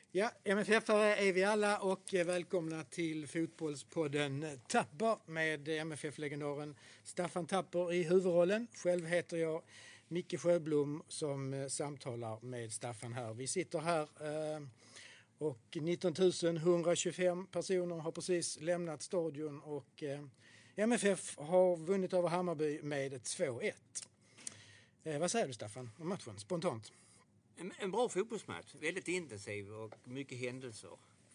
Ja, MFF-are är vi alla och välkomna till Fotbollspodden Tapper med MFF-legendaren Staffan Tapper i huvudrollen. Själv heter jag Micke Sjöblom som samtalar med Staffan här. Vi sitter här och 19 125 personer har precis lämnat stadion och MFF har vunnit över Hammarby med 2-1. Vad säger du Staffan om matchen, spontant? En bra fotbollsmatch, väldigt intensiv och mycket händelser.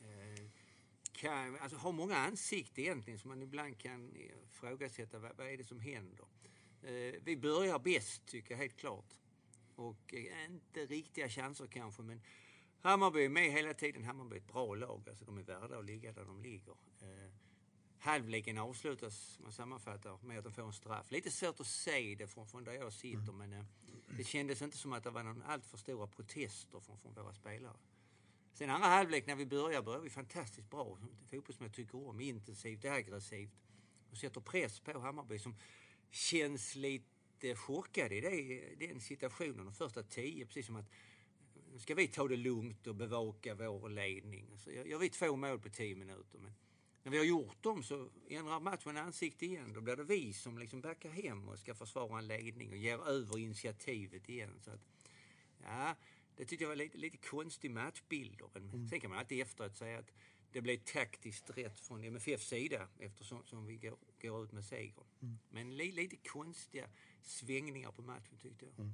Alltså har många ansikten egentligen som man ibland kan ifrågasätta vad är det som händer. Vi börjar bäst tycker jag helt klart. Och inte riktiga chanser kanske, men Hammarby är med hela tiden. Hammarby är ett bra lag, alltså de är värda att ligga där de ligger. Halvleken avslutas, man sammanfattar, med att de får en straff. Lite svårt att se det från där jag sitter, men det kändes inte som att det var någon allt för stora protester från våra spelare. Sen andra halvlek när vi börjar vi fantastiskt bra. Fotboll som jag tycker om, intensivt, aggressivt. Och sätter press på Hammarby som känns lite chockade i den situationen. De första 10, precis som att nu ska vi ta det lugnt och bevaka vår ledning. Så gör vi 2 mål på 10 minuter, men när vi har gjort dem så ändrar matchen ansikte igen. Då blir det vi som liksom backar hem och ska försvara en ledning och ger över initiativet igen. Så att, ja, det tyckte jag var lite konstig matchbilder. Men sen kan man alltid efteråt säga att det blev taktiskt rätt från MFFs sida eftersom vi går ut med seger. Men lite konstiga svängningar på matchen tyckte jag.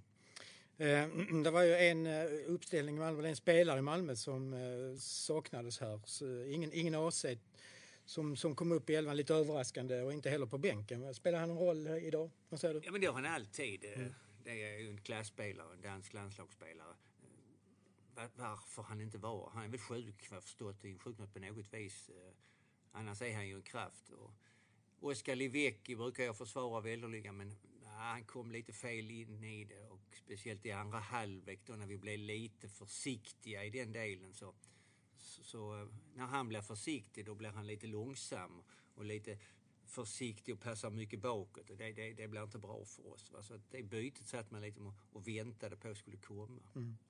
Det var ju en uppställning i Malmö, en spelare i Malmö som saknades här. Så ingen AC som kom upp i elvan lite överraskande och inte heller på bänken. Spelar han en roll idag? Vad säger du? Ja, men det har han alltid. Det är ju en klassspelare, en dansk landslagsspelare. Varför han inte var? Han är väl sjuk, för jag förstått, insjuknat på något vis. Annars är han ju en kraft. Och Oskar Livecki brukar jag försvara väldeliga, men han kom lite fel in i det. Och speciellt i andra halvlek då när vi blev lite försiktiga i den delen så när han blir försiktig då blir han lite långsam och lite försiktig och passar mycket bakåt. Och det blir inte bra för oss. Va? Så det bytet satt man lite och väntade på skulle komma.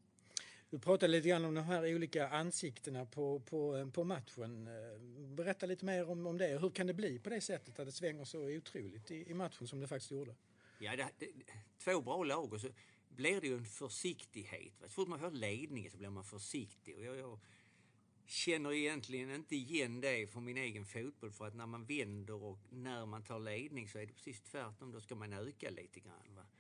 Du pratade lite grann om de här olika ansiktena på matchen. Berätta lite mer om det. Hur kan det bli på det sättet att det svänger så otroligt i matchen som det faktiskt gjorde? Ja, det 2 bra lag och så blir det ju en försiktighet. Va? Så fort man får ledningen så blir man försiktig. Och jag känner egentligen inte igen det från min egen fotboll, för att när man vänder och när man tar ledning så är det precis tvärtom. Då ska man öka lite grann. Va?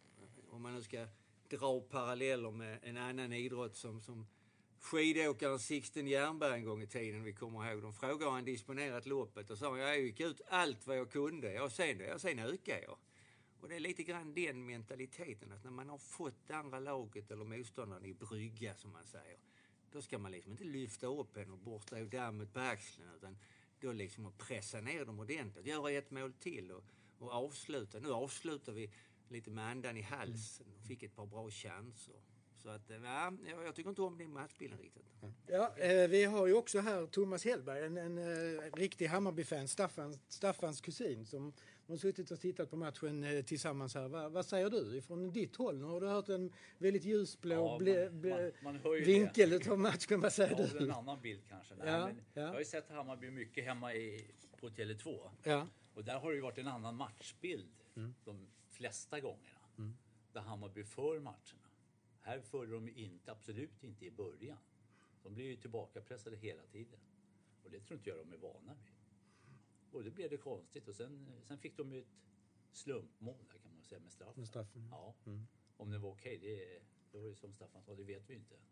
Om man nu ska dra paralleller med en annan idrott som skidåkaren Sixten Jernberg en gång i tiden, vi kommer ihåg. De frågade han disponerat loppet och sa jag gick ut allt vad jag kunde. Sen ökade jag. Och det är lite grann den mentaliteten att när man har fått andra laget eller motståndaren i brygga som man säger, då ska man liksom inte lyfta upp en och borsta dammet på axeln, utan då liksom att pressa ner dem ordentligt. Göra 1 mål till och avsluta. Nu avslutar vi lite med andan i halsen och fick ett par bra chanser. Så att, jag tycker inte om den matchbilden riktigt. Ja, vi har ju också här Thomas Hellberg, en riktig Hammarby-fan, Staffans kusin, som har suttit och tittat på matchen tillsammans här. Vad säger du ifrån ditt håll? Nu har du hört en väldigt ljusblå man vinkel av matchen. Vad säger du? En annan bild kanske. Jag har ju sett Hammarby mycket hemma på Tele2. Ja. Och där har det ju varit en annan matchbild de flesta gångerna. Där Hammarby för matcherna. Här för de absolut inte i början. De blir ju tillbakapressade hela tiden. Och det tror inte jag de är vana vid. Och det blev det konstigt. Och sen fick de ju ett slumpmål där kan man säga med straffen. Ja. Om det var okej, det var ju som Staffan sa, det vet vi inte.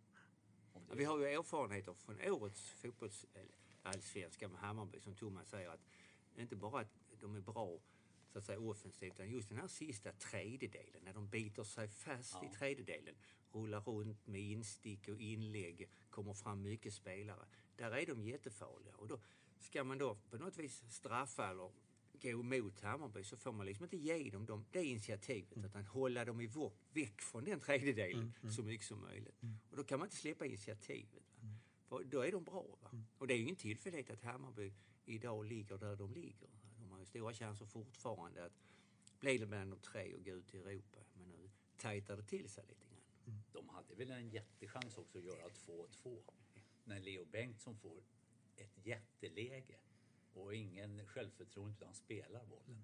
Vi har ju erfarenheter från årets fotbollsallsvenska med Hammarby, som Thomas säger, att inte bara att de är bra så att säga offensivt, utan just den här sista tredjedelen när de biter sig fast i tredjedelen, rullar runt med instick och inlägg, kommer fram mycket spelare. Där är de jättefarliga, och då ska man då på något vis straffa eller gå emot Hammarby, så får man liksom inte ge dem det initiativet, utan hålla dem väck från den tredjedelen så mycket som möjligt. Och då kan man inte släppa initiativet. Va? För då är de bra. Va? Och det är ju ingen tillfällighet att Hammarby idag ligger där de ligger. De har ju stora chanser fortfarande att bli det bland de 3 och gå ut i Europa. Men nu tajtar det till sig lite grann. De hade väl en jättechans också att göra 2-2. när Leo Bengtsson får ett jätteläge och ingen självförtroende utan spelar bollen.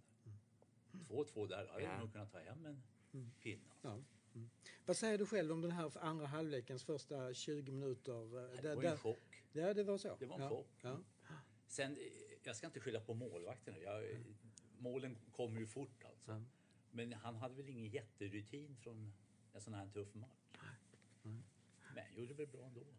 2-2 där hade jag nog kunnat ta hem en pinne. Ja. Vad säger du själv om den här andra halvlekens första 20 minuter? Det var en chock. Ja, det var så. Det var en chock. Ja. Sen, jag ska inte skylla på målvakterna. Målen kommer ju fort alltså. Ja. Men han hade väl ingen jätterutin från en sån här tuff match. Men gjorde väl bra ändå.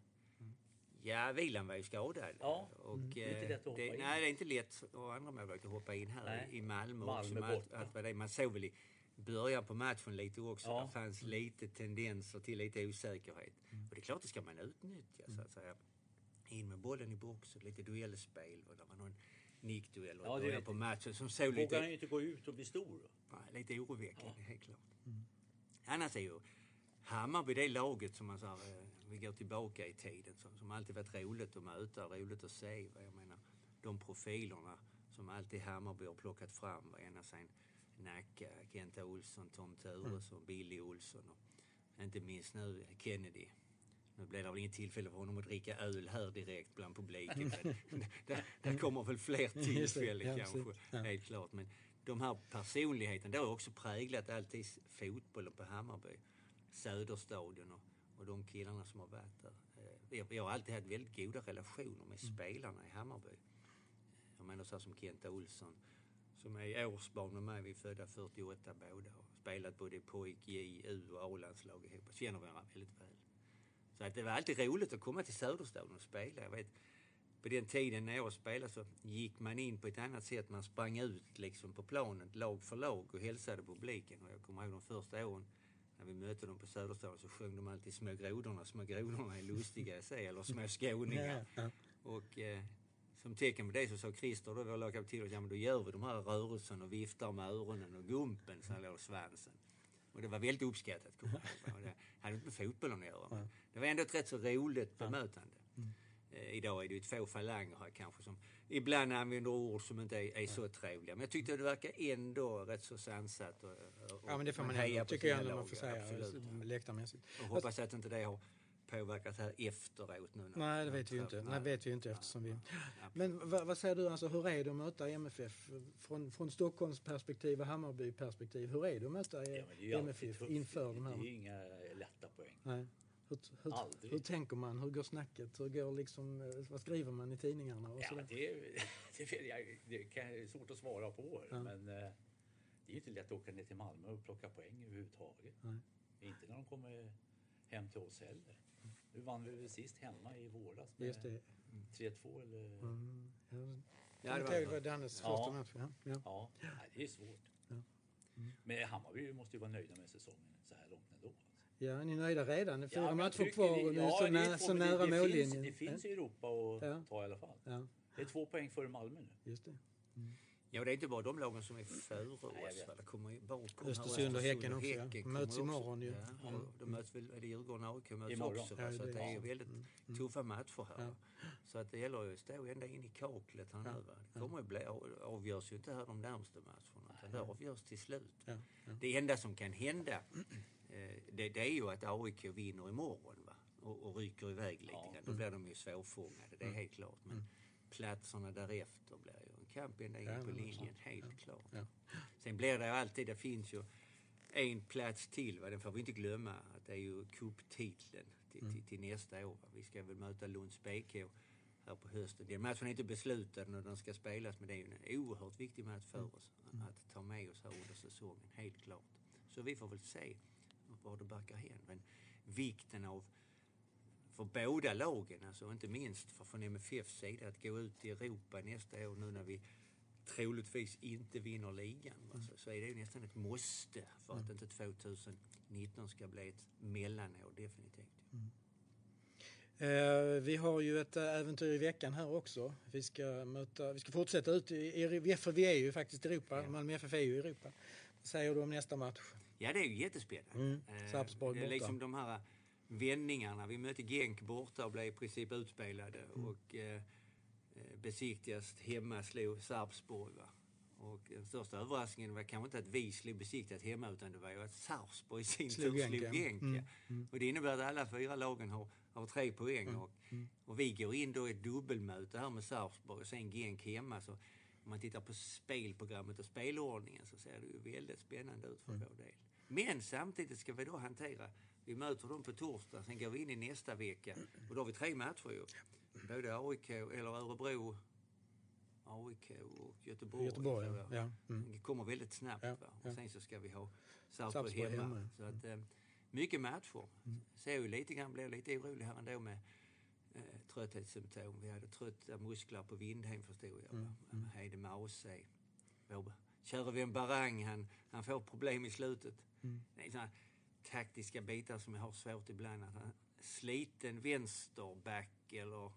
Ja, Wieland var ju skadad. Ja, och, det är inte lätt att hoppa in. Nej, det är inte lätt och andra målvakter att hoppa in här i Malmö också. Borta. Man såg väl i början på matchen lite också. Ja. Det fanns lite tendenser till lite osäkerhet. Och det är klart det ska man utnyttja så att säga. In med bollen i boxen, lite duellspel och det var någon nickduell och början på matchen som såg lite... Vågar han ju inte gå ut och bli stor. Lite oroväckande, helt klart. Annars är ju Hammarby det laget som man sa, vi går tillbaka i tiden, som alltid varit roligt att möta, roligt att se. Jag menar, de profilerna som alltid Hammarby har plockat fram, var ena sen Nacka, Kenta Olsson, Tom Turesson, Billy Olsson och inte minst nu Kennedy. Nu blir det väl inget tillfälle för honom att dricka öl här direkt bland publiken. Men där kommer väl fler tillfällen kanske, helt klart. Men de här personligheterna, det har också präglat alltid fotbollen på Hammarby. Söderstadion och de killarna som har varit där. Vi har alltid haft väldigt goda relationer med spelarna i Hammarby. Jag menar så som Kenta Olsson, som är årsbarn med mig, vi är födda 48 båda och spelat både i pojk, J, U och A-landslag ihop. Känner varandra väldigt väl. Så att det var alltid roligt att komma till Söderstadion och spela. Jag vet, på den tiden när jag spelade så gick man in på ett annat sätt. Man sprang ut liksom på planen, lag för lag och hälsade publiken. Och jag kommer ihåg de första åren när vi mötte dem på Söderstadion så sjöng de alltid små grodorna är lustiga att se, eller små skåningar. Och som tecken på det så sa Christer, då var lagkap till oss, ja men då gör vi de här rörelserna och viftar med öronen och gumpen så här svansen. Och det var väldigt uppskattat. Det hade inte med fotbollen att göra. Men det var ändå ett rätt så roligt bemötande. Idag är det ju två falanger här kanske som ibland använder ord som inte är så trevliga. Men jag tyckte det verkar ändå rätt så sansat. Ja, men det får man heja på, tycker jag ändå man får säga, läktarmässigt. Och hoppas att inte det har påverkat här efteråt nu. Nej, det vet vi ju inte. Nej, vet vi inte eftersom vi... Men vad säger du, alltså, hur är det att möta MFF från Stockholms perspektiv och Hammarby perspektiv? Hur är det att möta MFF inför de här? Det är ju inga lätta poäng. Nej. Hur tänker man? Hur går snacket? Hur går liksom, vad skriver man i tidningarna? Och det är svårt att svara på. Men det är ju inte lätt att åka ner till Malmö och plocka poäng överhuvudtaget. Nej. Inte när de kommer hem till oss heller. Nu vann vi väl sist hemma i våras med 3-2 eller... Det var Dannes första match. Ja, det är svårt. Men Hammarby måste ju vara nöjda med säsongen så här långt ändå. Ja, ni är nöjda redan. 4 matcher kvar och nu så nära mållinjen. Det finns i Europa att ta i alla fall. Ja. Det är 2 poäng före Malmö nu. Just det. Ja, det är inte bara de lagen som är före oss. Det kommer ju bakom. Östersund och Häcken också. Möts imorgon ju. De möts väl, är det Djurgården och AIK möts också. Så att det är ju väldigt tuffa matcher här. Så att det gäller ju att stå ända in i kaklet här nu. Det kommer ju bli, avgörs ju inte här de närmaste matcherna. Utan det avgörs till slut. Det enda som kan hända det är ju att AIK vinner imorgon och rycker iväg lite grann. Då blir de ju svårfångade, det är helt klart. Men platserna därefter blir ju en kamp ända in på linjen, helt klart. Sen blir det ju alltid, det finns ju en plats till, den får vi inte glömma, att det är ju cuptiteln till nästa år. Vi ska väl möta Lunds BK här på hösten. Den matchen är inte beslutad när den ska spelas, men det är ju en oerhört viktig match för oss att ta med oss här under säsongen, helt klart. Så vi får väl se var det backar hen. Men vikten av för båda lagen, alltså inte minst från MFFs sida, att gå ut i Europa nästa år nu när vi troligtvis inte vinner ligan. Så är det ju nästan ett måste för att inte 2019 ska bli ett mellanår definitivt. Vi har ju ett äventyr i veckan här också. Vi ska fortsätta ut för vi är ju faktiskt i Europa. Malmö FF är ju i Europa. Vad säger du om nästa match? Ja, det är ju jättespännande. Sarpsborg det är borta. liksom de här vändningarna. Vi mötte Genk borta och blev i princip utspelade och besiktigast hemma slog Sarpsborg. Och den största överraskningen var kanske inte att vi slog besiktat hemma, utan det var ju att Sarpsborg i sin Slog tur slog Genk, ja. Genk. Och det innebär att alla 4 lagen har 3 poäng. Och vi går in då i ett dubbelmöte här med Sarpsborg och sen Genk hemma. Så om man tittar på spelprogrammet och spelordningen så ser det ju väldigt spännande ut för vår del. Men samtidigt ska vi då hantera, vi möter dem på torsdag, sen går vi in i nästa vecka och då har vi 3 matcher ju. Både AIK eller Örebro, AIK och Göteborg. Ja. Det kommer väldigt snabbt. Ja. Va? Och sen så ska vi ha Sarpsborg hemma. Så att, mycket matcher. Ser ju lite grann, blev lite orolig här ändå med trötthetssymptom. Vi hade trötta muskler på Vindhem, förstod jag. Heide Mause. Vår kära vän Barang, han får problem i slutet. Det är sådana taktiska bitar som jag har svårt ibland. Att han sliten vänsterback eller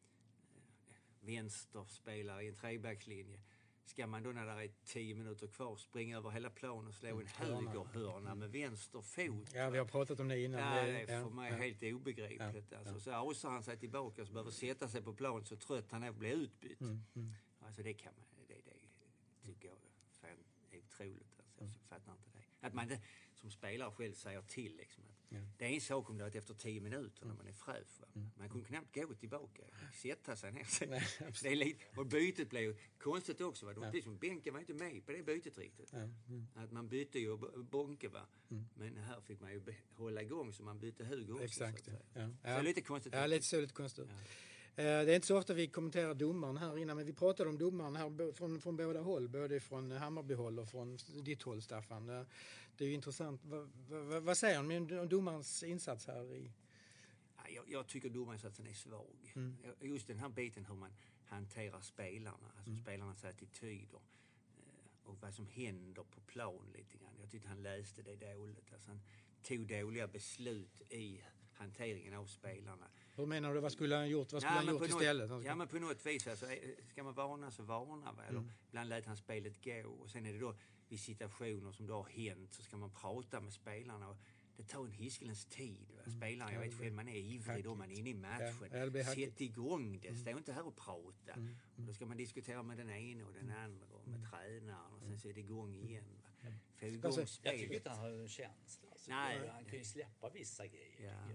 vänsterspelare i en trebackslinje. Ska man då när det är 10 minuter kvar springa över hela planen och slå en högerhörna med vänster fot? Ja, vi har pratat om det innan. Ja, det är för mig helt obegripligt. Alltså. Så avsar han sig tillbaka och behöver sätta sig på plan så trött han är att bli utbytt. Alltså det kan man, det tycker jag är otroligt. Alltså, jag fattar inte det. Att man inte som spelare själv säger till liksom, att det är en sak om det är efter 10 minuter när man är fräsch. Man kunde knappt gå tillbaka, sätta sig ner. Det är lite, och bytet blev konstigt också. Va? Liksom, bänken var inte med på det bytet riktigt. Att man bytte ju Bonke, va? Men här fick man ju hålla igång så man bytte höger också. Exakt. Så lite konstigt. Ja, lite konstigt. Ja. Det är inte så ofta vi kommenterar domaren här innan, men vi pratade om domaren här från båda håll, både från Hammarby-håll och från ditt håll, Staffan. Det är ju intressant. Vad säger han om domarens insats här? Jag tycker domarinsatsen är svag. Just den här biten hur man hanterar spelarna, alltså spelarnas attityder och vad som händer på plan lite grann. Jag tyckte han läste det dåligt. Alltså han tog dåliga beslut i hanteringen av spelarna. Hur menar du? Vad skulle han gjort? Vad skulle han gjort istället? Ja, men på något vis. Alltså, ska man varna så varna. Va? Eller ibland lät han spelet gå. Och sen är det då vid situationer som då har hänt så ska man prata med spelarna. Och det tar en hiskelens tid. Va? Spelarna, jag vet själv, man är ivrig då man är inne i matchen. Sätt igång det. Stå inte här och prata. Och då ska man diskutera med den ena och den andra och med tränaren. Och sen så är det igång igen. Va? Få igång spelet. Jag tycker inte han har en känsla. Alltså, han kan ju släppa vissa grejer. Ja.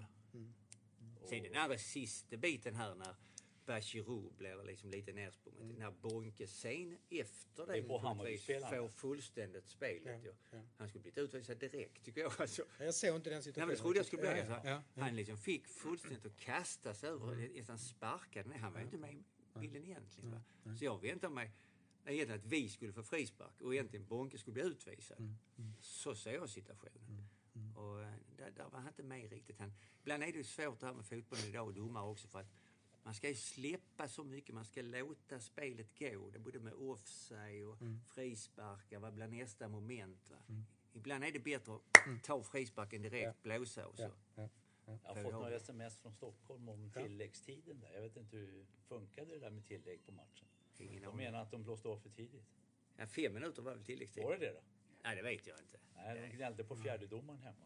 Sen den här sista biten här när Bachirou blir liksom lite nersprungen. När Bonke sen efter det får fullständigt spelet. Han skulle blivit utvisad direkt tycker jag. Alltså, jag såg inte den situationen. Nej, men trodde jag skulle bli. Alltså, han liksom fick fullständigt att kasta sig över. Nästan sparkade. Nej, han var inte med i bilden egentligen. Va? Så jag väntar mig egentligen att vi skulle få frispark och egentligen Bonke skulle bli utvisad. Så ser jag situationen. Och där var han inte med riktigt. Ibland är det ju svårt det här med fotbollen idag och domare också för att man ska ju släppa så mycket. Man ska låta spelet gå. Det både med offside och frisparkar. Vad blir nästa moment? Va? Ibland är det bättre att ta frisparken direkt, blåsa och så. Jag har fått några sms från Stockholm om tilläggstiden där. Jag vet inte hur funkade det där med tillägg på matchen. De menar att de blåste av för tidigt. Ja, 5 minuter var väl tilläggstid. Var det då? Nej, det vet jag inte. Nej, de gnällde på fjärdedomaren hemma.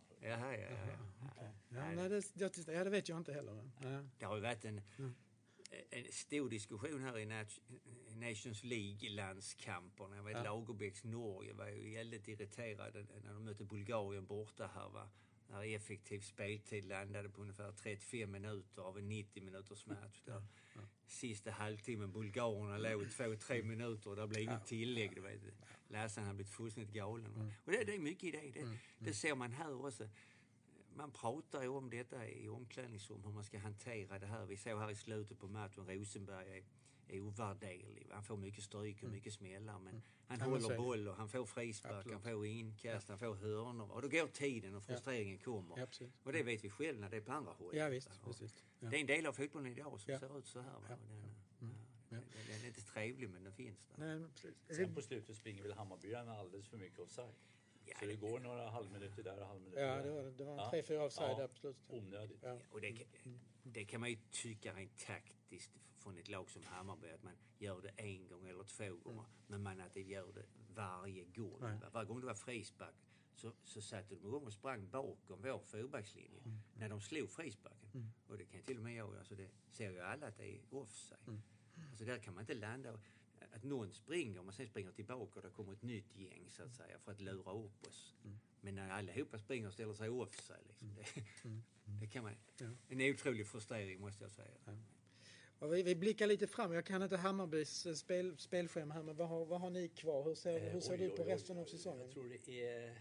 Det vet jag inte heller. Det har ju varit en stor diskussion här i Nations League-landskamperna. Jag vet, Lagerbäcks Norge var ju väldigt irriterade när de mötte Bulgarien borta här. Va? När effektiv speltid landade på ungefär 35 minuter av en 90 minuters match. Där. Sista halvtimmen Bulgarierna låg 2-3 minuter och det blev inget tillägg. Du vet. Läsaren har blivit fullständigt galen. Och det är mycket i det. Det ser man här också. Man pratar ju om detta i omklädningsrum, hur man ska hantera det här. Vi såg här i slutet på matchen Rosenberg är ovärderlig. Han får mycket stryk och mycket smällar, men han håller boll och han får frispark, han får inkast, han får hörnor. Och då går tiden och frustreringen kommer. Ja, och det vet vi själv när det är på andra håll. Ja, visst. Det är en del av fotbollen idag som ser ut så här. Va? Den är inte trevlig, men den finns där. Nej, sen på slutet springer väl Hammarbyarna alldeles för mycket offside. Så det går några halvminuter där och halvminuter där. Det var 3-4 offside där på slutet. Onödigt. Ja. Och det kan man ju tycka rent taktiskt från ett lag som Hammarby, att man gör det en gång eller 2 gånger. Men man att det gör det varje gång. Varje gång det var frispark så satte de igång och sprang bakom vår fyrbackslinje när de slog frisparken. Och det kan till och med jag, alltså det ser ju alla att det är offside. Alltså där kan man inte landa. att någon springer, man sen springer tillbaka och det kommer ett nytt gäng så att säga för att lura upp oss. Men när allihopa springer och ställer sig off sig liksom, det kan man, en otrolig frustrering måste jag säga. Och vi blickar lite fram. Jag kan inte Hammarbys spelschema här, men vad har ni kvar? Hur ser det ut på resten av säsongen? Jag tror det är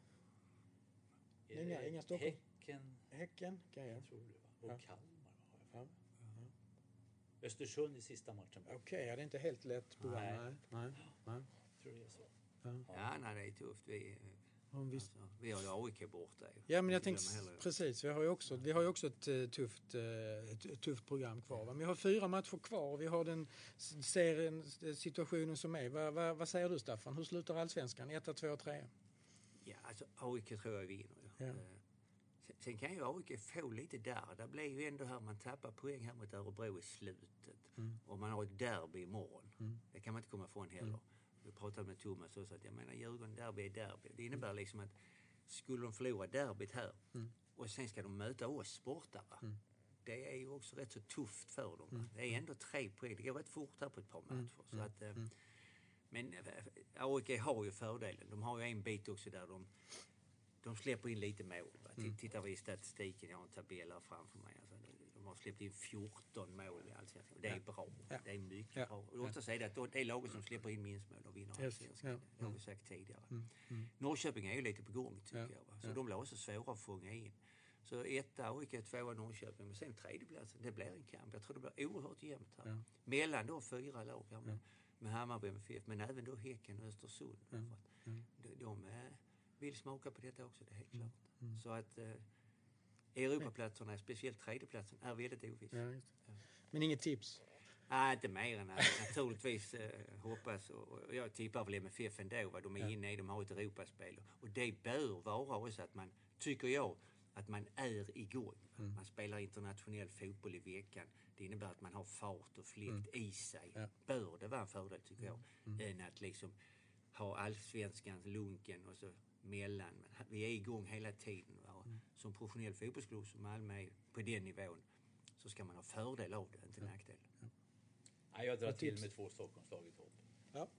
inga Stockholm. Häcken kan jag. tror det var. Och Kalmar har jag. Östersund i sista matchen. Okej, det är inte helt lätt program. Nej. Tror det är så. Ja, nej, det är tufft. Vi har ju AIK borta. Ja, men jag tänkte precis. Vi har ju också ett tufft program kvar. Men vi har 4 matcher kvar och vi har den situationen som är. Vad säger du, Staffan? Hur slutar allsvenskan? 1, 2, 3? Ja, alltså AIK tror jag vinner. Ja. Sen kan ju AIK få lite där. Det blir ju ändå här man tappar poäng här mot Örebro i slutet. Och man har ett derby imorgon. Det kan man inte komma ifrån heller. Vi pratade med Thomas och sa att jag menar Djurgården derby är derby. Det innebär liksom att skulle de förlora derbyt här och sen ska de möta oss borta. Det är ju också rätt så tufft för dem. Det är ändå 3 poäng. Det går rätt fort här på ett par matcher. Så att, men AIK har ju fördelen. De har ju en bit också där de släpper in lite mål. Tittar vi i statistiken, jag har en tabell här framför mig. Alltså, de har släppt in 14 mål i allsvenskan. Det är bra. Ja. Det är mycket bra. Och ofta säger det att det är laget som släpper in minst mål och vinner allsvenskan. Det har vi sagt tidigare. Norrköping är ju lite på gång tycker jag. Va? Så de blir också svåra att fånga in. Så 1 AIK, 2 Norrköping. Men sen tredjeplatsen, det blir en kamp. Jag tror det blir oerhört jämnt här. Mellan då 4 lag här med Hammarby, MFF, men även då Häcken och Östersund. De vill smaka på detta också, det är helt klart. Så att Europaplatserna, speciellt tredjeplatsen, är väldigt oviss. Men inget tips? Nej, inte mer än att naturligtvis hoppas. Och jag tippar väl MFF ändå vad de är inne i. De har ett Europaspel. Och det bör vara också att man, tycker jag, att man är igång. Man spelar internationell fotboll i veckan. Det innebär att man har fart och fläkt i sig. Bör det vara en fördel tycker jag. Än att liksom ha allsvenskans lunken och så mellan. Men vi är igång hela tiden. Som professionell fotbollsklubb som Malmö är på den nivån så ska man ha fördel av det, inte nackdel. Ja, jag drar till med 2 Stockholmslag i topp. Ja.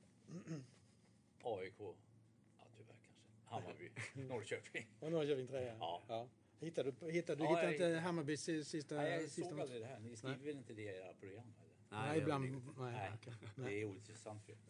AIK, tyvärr kanske. Hammarby, Norrköping. Och Norrköping 3. Ja. Hittade du inte Hammarbys sista? Nej, jag såg aldrig det här. Ni skriver väl inte det i era program? Eller? Nej, ibland. Nej. Det är ointressant för er.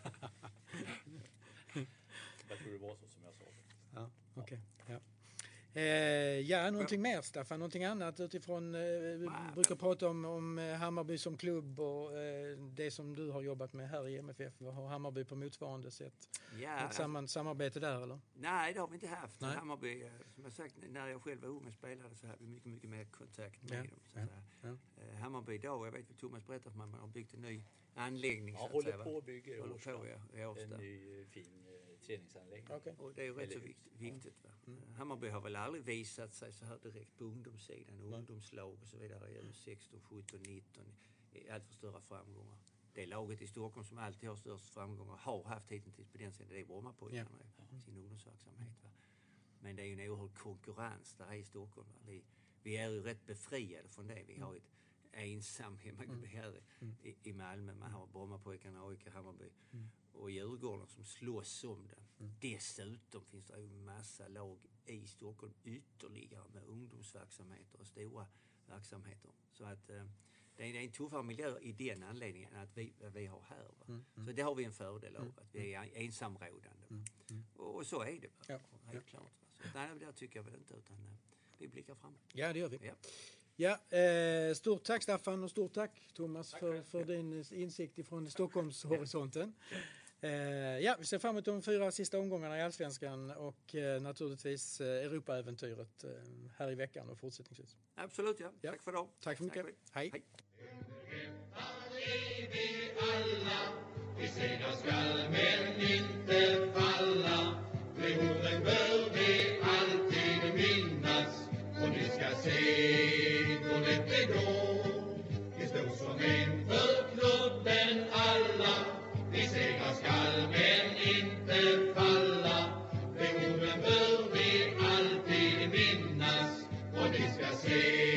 Jag tror det var så som jag sa. Ja, okej. Någonting mer, Staffan? Någonting annat utifrån, vi brukar prata om Hammarby som klubb och det som du har jobbat med här i MFF. Har Hammarby på motsvarande sätt ett samarbete där eller? Nej, det har vi inte haft. Hammarby, som jag sagt, när jag själv var ung och spelade så hade vi mycket, mycket mer kontakt med dem. Hammarby idag, jag vet att Thomas berättade att man har byggt en ny anläggning. Ja, håller på att bygga en ny fin träningsanläggning. Okay. Och det är ju rätt så viktigt. Hammarby har väl aldrig visat sig så här direkt på ungdomssidan, ungdomslag och så vidare i 16, 17, 19 i allt för stora framgångar. Det laget i Stockholm som alltid har störst framgångar har haft hittills på den sidan, det är Brommapojkarna sin ungdomsverksamhet. Men det är ju en oerhörd konkurrens där i Stockholm. Vi är ju rätt befriade från det. Vi har ett ensam hemmagubbe här i Malmö. Man har Brommapojkarna, AIK, Hammarby och Djurgården som slåss om det. Dessutom finns det ju en massa lag i Stockholm ytterligare med ungdomsverksamheter och stora verksamheter. Så att det är en tuffare miljö i den anledningen än att vi har här. Så det har vi en fördel av, att vi är ensamrådande. Och så är det. Helt klart. Så där tycker jag väl inte, utan vi blickar fram. Ja, det gör vi. Stort tack Staffan och stort tack Thomas för din insikt ifrån Stockholmshorisonten. Vi ser fram emot de 4 sista omgångarna i Allsvenskan och naturligtvis Europaäventyret här i veckan och fortsättningsvis. Absolut, Tack för det. Tack så mycket. Hej. Vi segrar skall men inte falla. De orden bör vi alltid minnas. Och ni ska se hur det går. Vi står som en för klubben alla. Vi segrar skall men inte falla. De orden bör vi alltid minnas. Och ni ska se